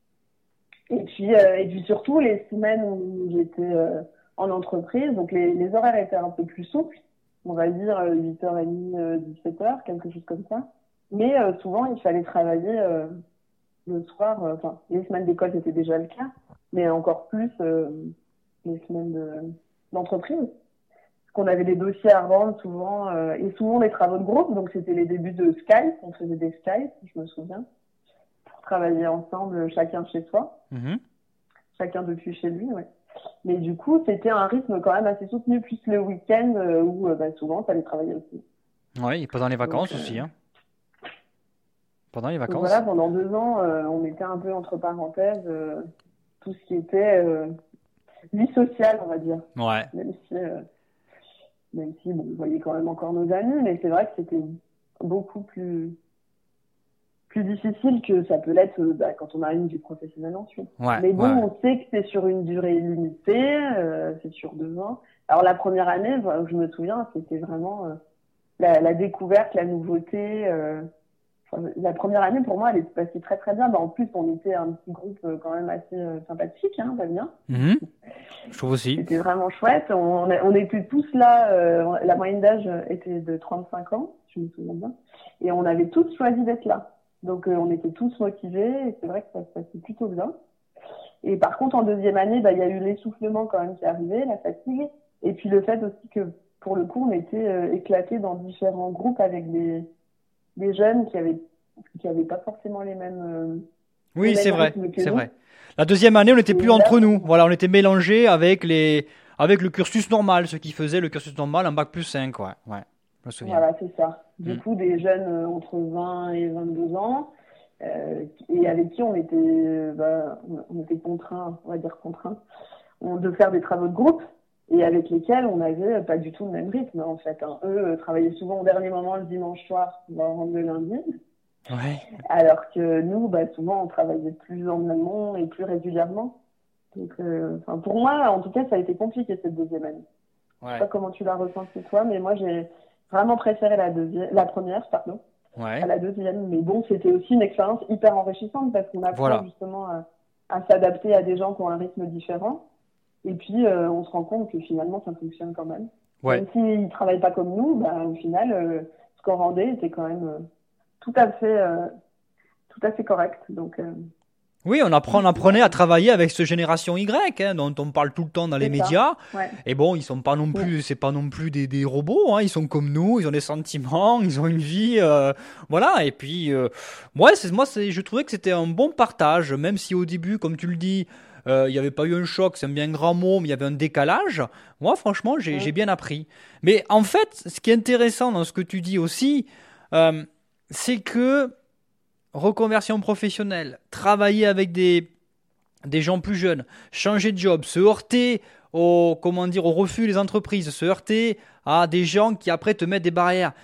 Et puis surtout, les semaines où j'étais en entreprise, donc les horaires étaient un peu plus souples. On va dire 8h30, 17h, quelque chose comme ça. Mais souvent, il fallait travailler le soir. Enfin, les semaines d'école, c'était déjà le cas, mais encore plus les semaines d'entreprise. Parce qu'on avait des dossiers à rendre souvent, et souvent des travaux de groupe. Donc, c'était les débuts de Skype. On faisait des Skype, je me souviens, pour travailler ensemble, chacun chez soi. Chacun depuis chez lui, ouais. Mais du coup, c'était un rythme quand même assez soutenu, plus le week-end où souvent, ça allait travailler aussi. Oui, et pendant les vacances aussi. Hein. Pendant les vacances. Donc voilà, pendant 2 ans, on mettait un peu entre parenthèses tout ce qui était vie sociale, on va dire. Ouais. Même si bon, on voyait quand même encore nos amis, mais c'est vrai que c'était beaucoup plus difficile que ça peut l'être quand on a une vie professionnelle ensuite. Ouais, mais bon, ouais. on sait que c'est sur une durée limitée, c'est sur 2 ans. Alors la première année, je me souviens, c'était vraiment la découverte, la nouveauté. La première année, pour moi, elle est passée très très bien. En plus, on était un petit groupe quand même assez sympathique, hein, pas bien. Je trouve aussi. C'était vraiment chouette. On était tous là, la moyenne d'âge était de 35 ans, je me souviens bien. Et on avait tous choisi d'être là. Donc, on était tous motivés et c'est vrai que ça se passait plutôt bien. Et par contre, en deuxième année, il y a eu l'essoufflement quand même qui est arrivé, la fatigue. Et puis le fait aussi que, pour le coup, on était éclatés dans différents groupes avec des jeunes qui avaient pas forcément les mêmes. Oui, c'est vrai, c'est vrai. La deuxième année, on n'était plus entre nous. Voilà, on était mélangés avec le cursus normal, ceux qui faisaient le cursus normal en bac+5, ouais. Je me souviens. Voilà, c'est ça. Du coup, des jeunes entre 20 et 22 ans, et avec qui on était contraints, on va dire contraints, de faire des travaux de groupe, et avec lesquels on n'avait pas du tout le même rythme, en fait. Hein. Eux travaillaient souvent au dernier moment le dimanche soir pour rendre le lundi. Ouais. Alors que nous, souvent, on travaillait plus en amont et plus régulièrement. Donc, pour moi, en tout cas, ça a été compliqué cette deuxième année. Ouais. Je sais pas comment tu l'as ressenti toi, mais moi, j'ai vraiment préféré la première, à la deuxième. Mais bon, c'était aussi une expérience hyper enrichissante parce qu'on apprend justement à s'adapter à des gens qui ont un rythme différent. Et puis, on se rend compte que finalement, ça fonctionne quand même. Ouais. Même s'ils ne travaillent pas comme nous, au final, ce qu'on rendait était quand même tout à fait correct. Donc, oui, on apprenait à travailler avec cette génération Y, hein, dont on parle tout le temps dans les médias. Ouais. Et bon, ils sont pas non plus, c'est pas non plus des robots, hein, ils sont comme nous, ils ont des sentiments, ils ont une vie, voilà. Et puis, je trouvais que c'était un bon partage, même si au début, comme tu le dis, il n'y avait pas eu un choc, c'est un bien grand mot, mais il y avait un décalage. Moi, franchement, j'ai bien appris. Mais en fait, ce qui est intéressant dans ce que tu dis aussi, c'est que reconversion professionnelle, travailler avec des gens plus jeunes, changer de job, se heurter au refus des entreprises, se heurter à des gens qui après te mettent des barrières.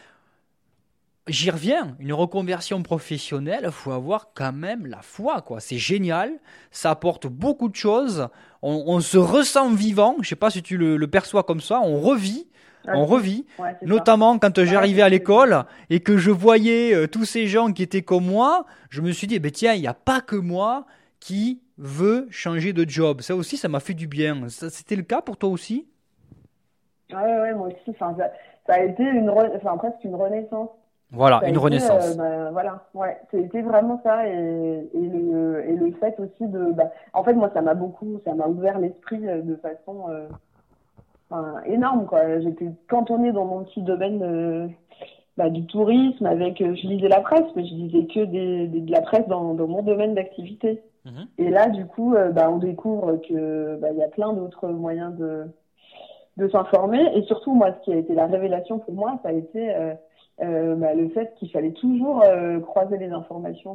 J'y reviens, une reconversion professionnelle, il faut avoir quand même la foi, quoi. C'est génial, ça apporte beaucoup de choses, on se ressent vivant, je sais pas si tu le perçois comme ça, on revit, Ouais, c'est notamment ça. quand j'arrivais à l'école et que je voyais tous ces gens qui étaient comme moi, je me suis dit, tiens, il n'y a pas que moi qui veut changer de job. Ça aussi, ça m'a fait du bien. C'était le cas pour toi aussi? Ouais, moi aussi. Enfin, ça a été presque une renaissance. Voilà, Ça a une été, renaissance. voilà, ouais, c'était vraiment ça et le fait aussi en fait, moi, ça m'a ouvert l'esprit de façon énorme, quoi. J'étais cantonnée dans mon petit domaine du tourisme je lisais la presse, mais je lisais que de la presse dans mon domaine d'activité. Mhm. Et là, du coup, on découvre que il y a plein d'autres moyens de s'informer. Et surtout, moi, ce qui a été la révélation pour moi, ça a été le fait qu'il fallait toujours croiser les informations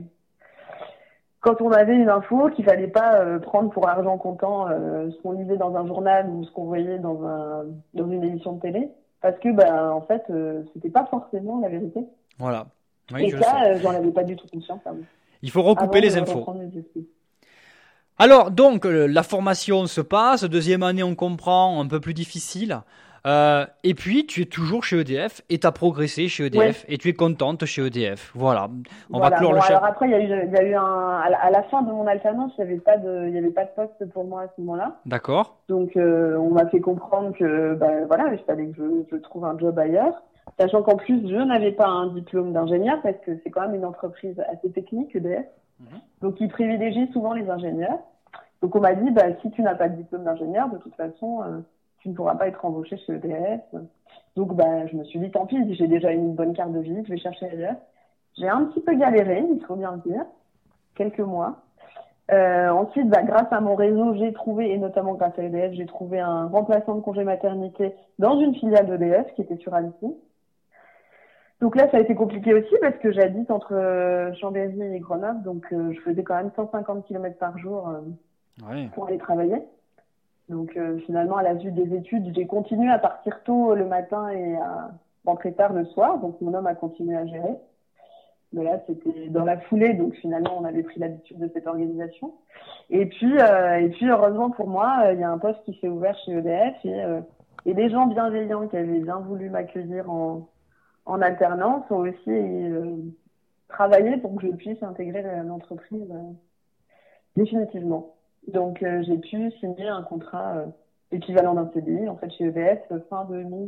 quand on avait une info, qu'il fallait pas prendre pour argent comptant ce qu'on lisait dans un journal ou ce qu'on voyait dans une émission de télé, parce que en fait, c'était pas forcément la vérité. Voilà. Oui, Et je le sais. ça, j'en avais pas du tout conscience Il faut recouper avant de les infos. reprendre mes esprits. Alors, donc, la formation se passe, deuxième année, on comprend, un peu plus difficile. Et puis, tu es toujours chez EDF et tu as progressé chez EDF et tu es contente chez EDF. Voilà. On va clore le alors chapitre. après, il y a eu à la fin de mon alternance, il y avait pas de poste pour moi à ce moment-là. D'accord. Donc, on m'a fait comprendre que, il fallait que je trouve un job ailleurs. Sachant qu'en plus, je n'avais pas un diplôme d'ingénieur parce que c'est quand même une entreprise assez technique, EDF. Donc, ils privilégient souvent les ingénieurs. Donc, on m'a dit, si tu n'as pas de diplôme d'ingénieur, de toute façon, tu ne pourras pas être embauché chez EDF. Donc, je me suis dit, tant pis, j'ai déjà une bonne carte de visite, je vais chercher ailleurs. J'ai un petit peu galéré, il faut bien le dire, quelques mois. Ensuite, grâce à mon réseau, j'ai trouvé, et notamment grâce à EDF, j'ai trouvé un remplaçant de congé maternité dans une filiale d'EDF qui était sur Annecy. Donc là, ça a été compliqué aussi parce que j'habite entre Chambéry et Grenoble, donc je faisais quand même 150 km par jour pour aller travailler. Donc finalement, à la suite des études, j'ai continué à partir tôt le matin et à rentrer tard le soir. Donc mon homme a continué à gérer. Mais là, c'était dans la foulée, donc finalement, on avait pris l'habitude de cette organisation. Et puis heureusement pour moi, il y a un poste qui s'est ouvert chez EDF et des gens bienveillants qui avaient bien voulu m'accueillir en alternance ont aussi travaillé pour que je puisse intégrer l'entreprise définitivement. Donc, j'ai pu signer un contrat équivalent d'un CDI, en fait, chez EDF, fin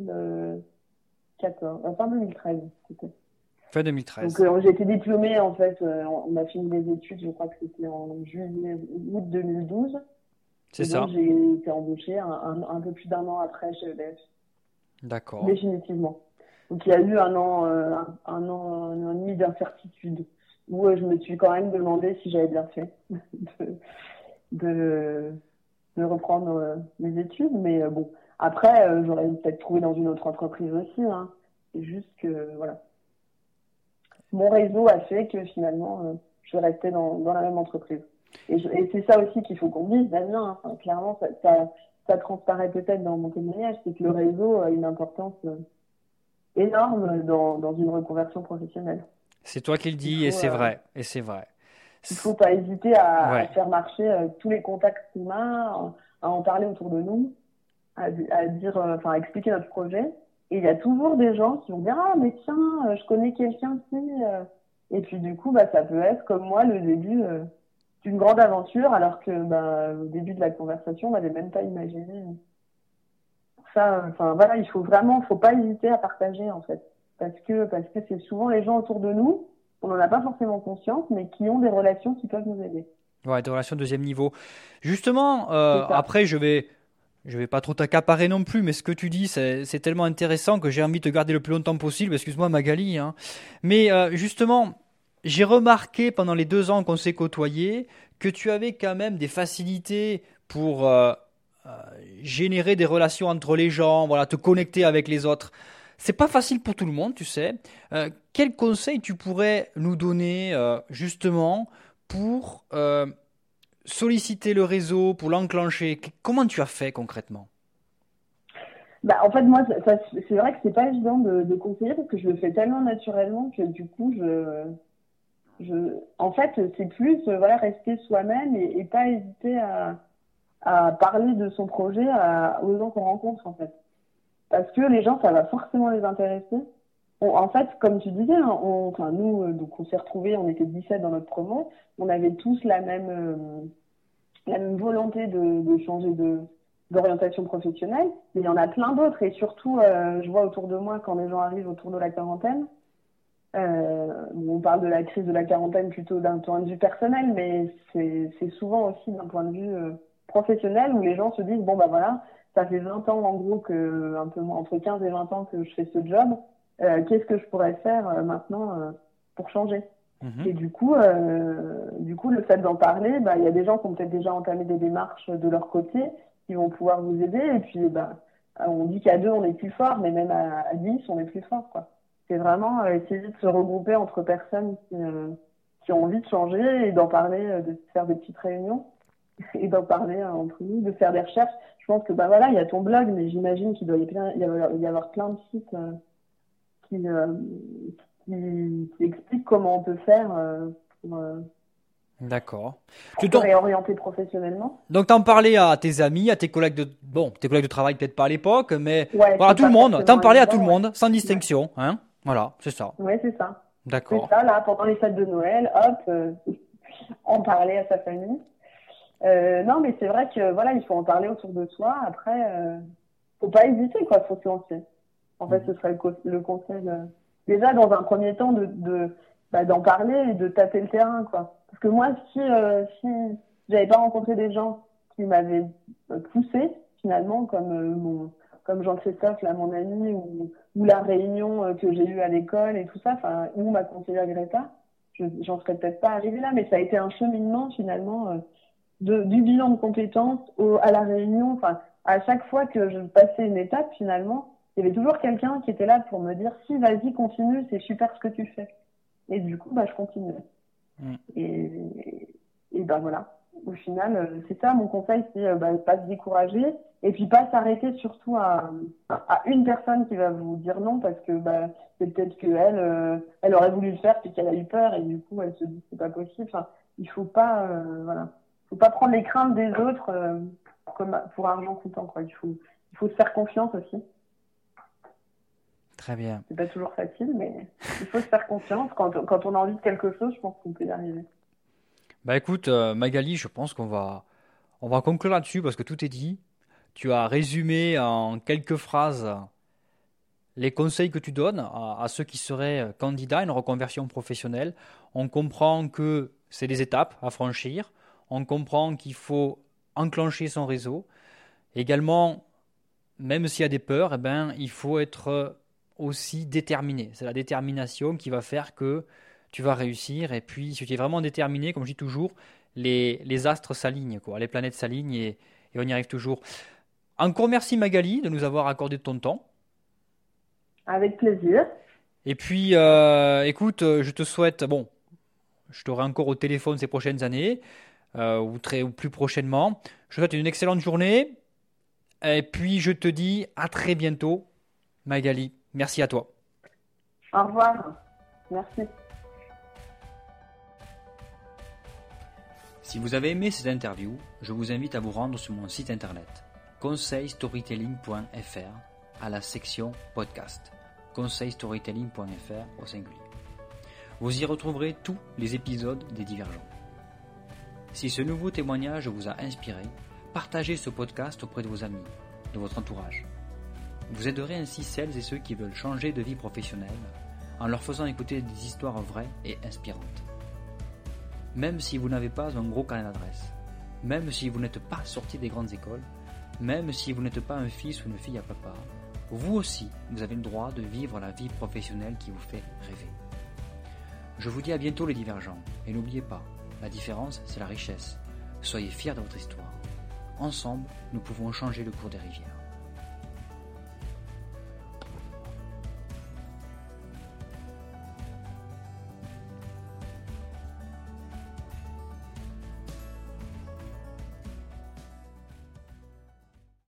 2013, c'était. Fin 2013. Donc, j'ai été diplômée, en fait, on a fini les études, je crois que c'était en août 2012. C'est ça. Donc, j'ai été embauchée un peu plus d'un an après chez EDF. D'accord. Définitivement. Donc, il y a eu un an et demi d'incertitude, où je me suis quand même demandé si j'avais bien fait de reprendre mes études. Mais bon, après, j'aurais peut-être trouvé dans une autre entreprise aussi. Hein. C'est juste que, voilà. Mon réseau a fait que finalement, je restais dans la même entreprise. Et c'est ça aussi qu'il faut qu'on dise, Damien. Hein. Enfin, clairement, ça transparaît peut-être dans mon témoignage, c'est que le réseau a une importance énorme dans une reconversion professionnelle. C'est toi qui le dis et c'est vrai. Et c'est vrai. Il ne faut pas hésiter à faire marcher tous les contacts qu'on a, à en parler autour de nous, à dire, à expliquer notre projet. Et il y a toujours des gens qui vont dire « Ah, mais tiens, je connais quelqu'un qui… » Et puis du coup, ça peut être, comme moi, le début d'une grande aventure, alors que au début de la conversation, on n'avait même pas imaginé ça. Voilà, faut pas hésiter à partager, en fait. Parce que c'est souvent les gens autour de nous, on n'en a pas forcément conscience, mais qui ont des relations qui peuvent nous aider. Ouais, des relations de deuxième niveau. Justement, après, je vais pas trop t'accaparer non plus, mais ce que tu dis, c'est tellement intéressant que j'ai envie de te garder le plus longtemps possible. Excuse-moi, Magali. Hein. Mais justement, j'ai remarqué pendant les 2 ans qu'on s'est côtoyés que tu avais quand même des facilités pour générer des relations entre les gens, voilà, te connecter avec les autres. C'est pas facile pour tout le monde, tu sais. Quel conseil tu pourrais nous donner justement pour solliciter le réseau, pour l'enclencher, comment tu as fait concrètement? En fait, moi, c'est vrai que c'est pas évident de conseiller parce que je le fais tellement naturellement que du coup, en fait, c'est plus voilà, rester soi-même et pas hésiter à parler de son projet aux gens qu'on rencontre, en fait. Parce que les gens, ça va forcément les intéresser. En fait, comme tu disais, hein, nous, donc on s'est retrouvés, on était 17 dans notre promo, on avait tous la même volonté de changer d'orientation professionnelle, mais il y en a plein d'autres, et surtout, je vois autour de moi, quand les gens arrivent autour de la quarantaine, on parle de la crise de la quarantaine plutôt d'un point de vue personnel, mais c'est souvent aussi d'un point de vue professionnel, où les gens se disent, bon, bah voilà, ça fait 20 ans, en gros, un peu moins, entre 15 et 20 ans que je fais ce job, qu'est-ce que je pourrais faire maintenant pour changer? Et du coup, le fait d'en parler, il y a des gens qui ont peut-être déjà entamé des démarches de leur côté, qui vont pouvoir vous aider. Et puis, on dit qu'à 2, on est plus fort, mais même à 10, on est plus fort, quoi. C'est vraiment essayer de se regrouper entre personnes qui ont envie de changer et d'en parler, de faire des petites réunions et d'en parler entre nous, de faire des recherches. Je pense que, voilà, il y a ton blog, mais j'imagine qu'il doit y avoir plein de sites qui explique comment on peut faire D'accord. Pour te réorienter professionnellement. Donc, t'en parlais à tes amis, à tes collègues de travail, peut-être pas à l'époque, mais ouais, voilà, tout le monde. T'en parlais à tout le monde, sans distinction, ouais. Hein. Voilà, c'est ça. Ouais, c'est ça. D'accord. C'est ça, là, pendant les fêtes de Noël, hop, en parler à sa famille. Non, mais c'est vrai que, voilà, il faut en parler autour de soi. Après, faut pas hésiter, quoi, faut se lancer. En fait, ce serait le conseil. Déjà, dans un premier temps, d'en parler et de tâter le terrain, quoi. Parce que moi, si j'avais pas rencontré des gens qui m'avaient poussé, finalement, comme Jean-Christophe, là, mon ami, ou la réunion que j'ai eue à l'école et tout ça, ou ma conseillère Greta, j'en serais peut-être pas arrivée là, mais ça a été un cheminement, finalement, du bilan de compétences à la réunion. À chaque fois que je passais une étape, finalement, il y avait toujours quelqu'un qui était là pour me dire « Si, vas-y, continue, c'est super ce que tu fais. » Et du coup, je continuais. Et voilà. Au final, c'est ça, mon conseil, c'est pas se décourager et puis pas s'arrêter surtout à une personne qui va vous dire non parce que c'est peut-être qu'elle elle aurait voulu le faire puis qu'elle a eu peur et du coup, elle se dit « C'est pas possible. » Il faut pas, faut pas prendre les craintes des autres comme pour argent comptant, quoi. Il faut se faire confiance aussi. Très bien. C'est pas toujours facile, mais il faut se faire confiance. Quand on a envie de quelque chose, je pense qu'on peut y arriver. Écoute, Magali, je pense qu'on va conclure là-dessus parce que tout est dit. Tu as résumé en quelques phrases les conseils que tu donnes à ceux qui seraient candidats à une reconversion professionnelle. On comprend que c'est des étapes à franchir. On comprend qu'il faut enclencher son réseau. Également, même s'il y a des peurs, il faut être aussi déterminé. C'est la détermination qui va faire que tu vas réussir. Et puis, si tu es vraiment déterminé, comme je dis toujours, les astres s'alignent, quoi. Les planètes s'alignent et on y arrive toujours. Encore merci Magali de nous avoir accordé de ton temps. Avec plaisir. Et puis, écoute, je te souhaite, je t'aurai encore au téléphone ces prochaines années, ou plus prochainement. Je te souhaite une excellente journée. Et puis, je te dis à très bientôt, Magali. Merci à toi. Au revoir. Merci. Si vous avez aimé cette interview, je vous invite à vous rendre sur mon site internet conseilstorytelling.fr à la section podcast. conseilstorytelling.fr au singulier. Vous y retrouverez tous les épisodes des Divergents. Si ce nouveau témoignage vous a inspiré, partagez ce podcast auprès de vos amis, de votre entourage. Vous aiderez ainsi celles et ceux qui veulent changer de vie professionnelle en leur faisant écouter des histoires vraies et inspirantes. Même si vous n'avez pas un gros carnet d'adresses, même si vous n'êtes pas sorti des grandes écoles, même si vous n'êtes pas un fils ou une fille à papa, vous aussi, vous avez le droit de vivre la vie professionnelle qui vous fait rêver. Je vous dis à bientôt les Divergents, et n'oubliez pas, la différence c'est la richesse. Soyez fiers de votre histoire. Ensemble, nous pouvons changer le cours des rivières.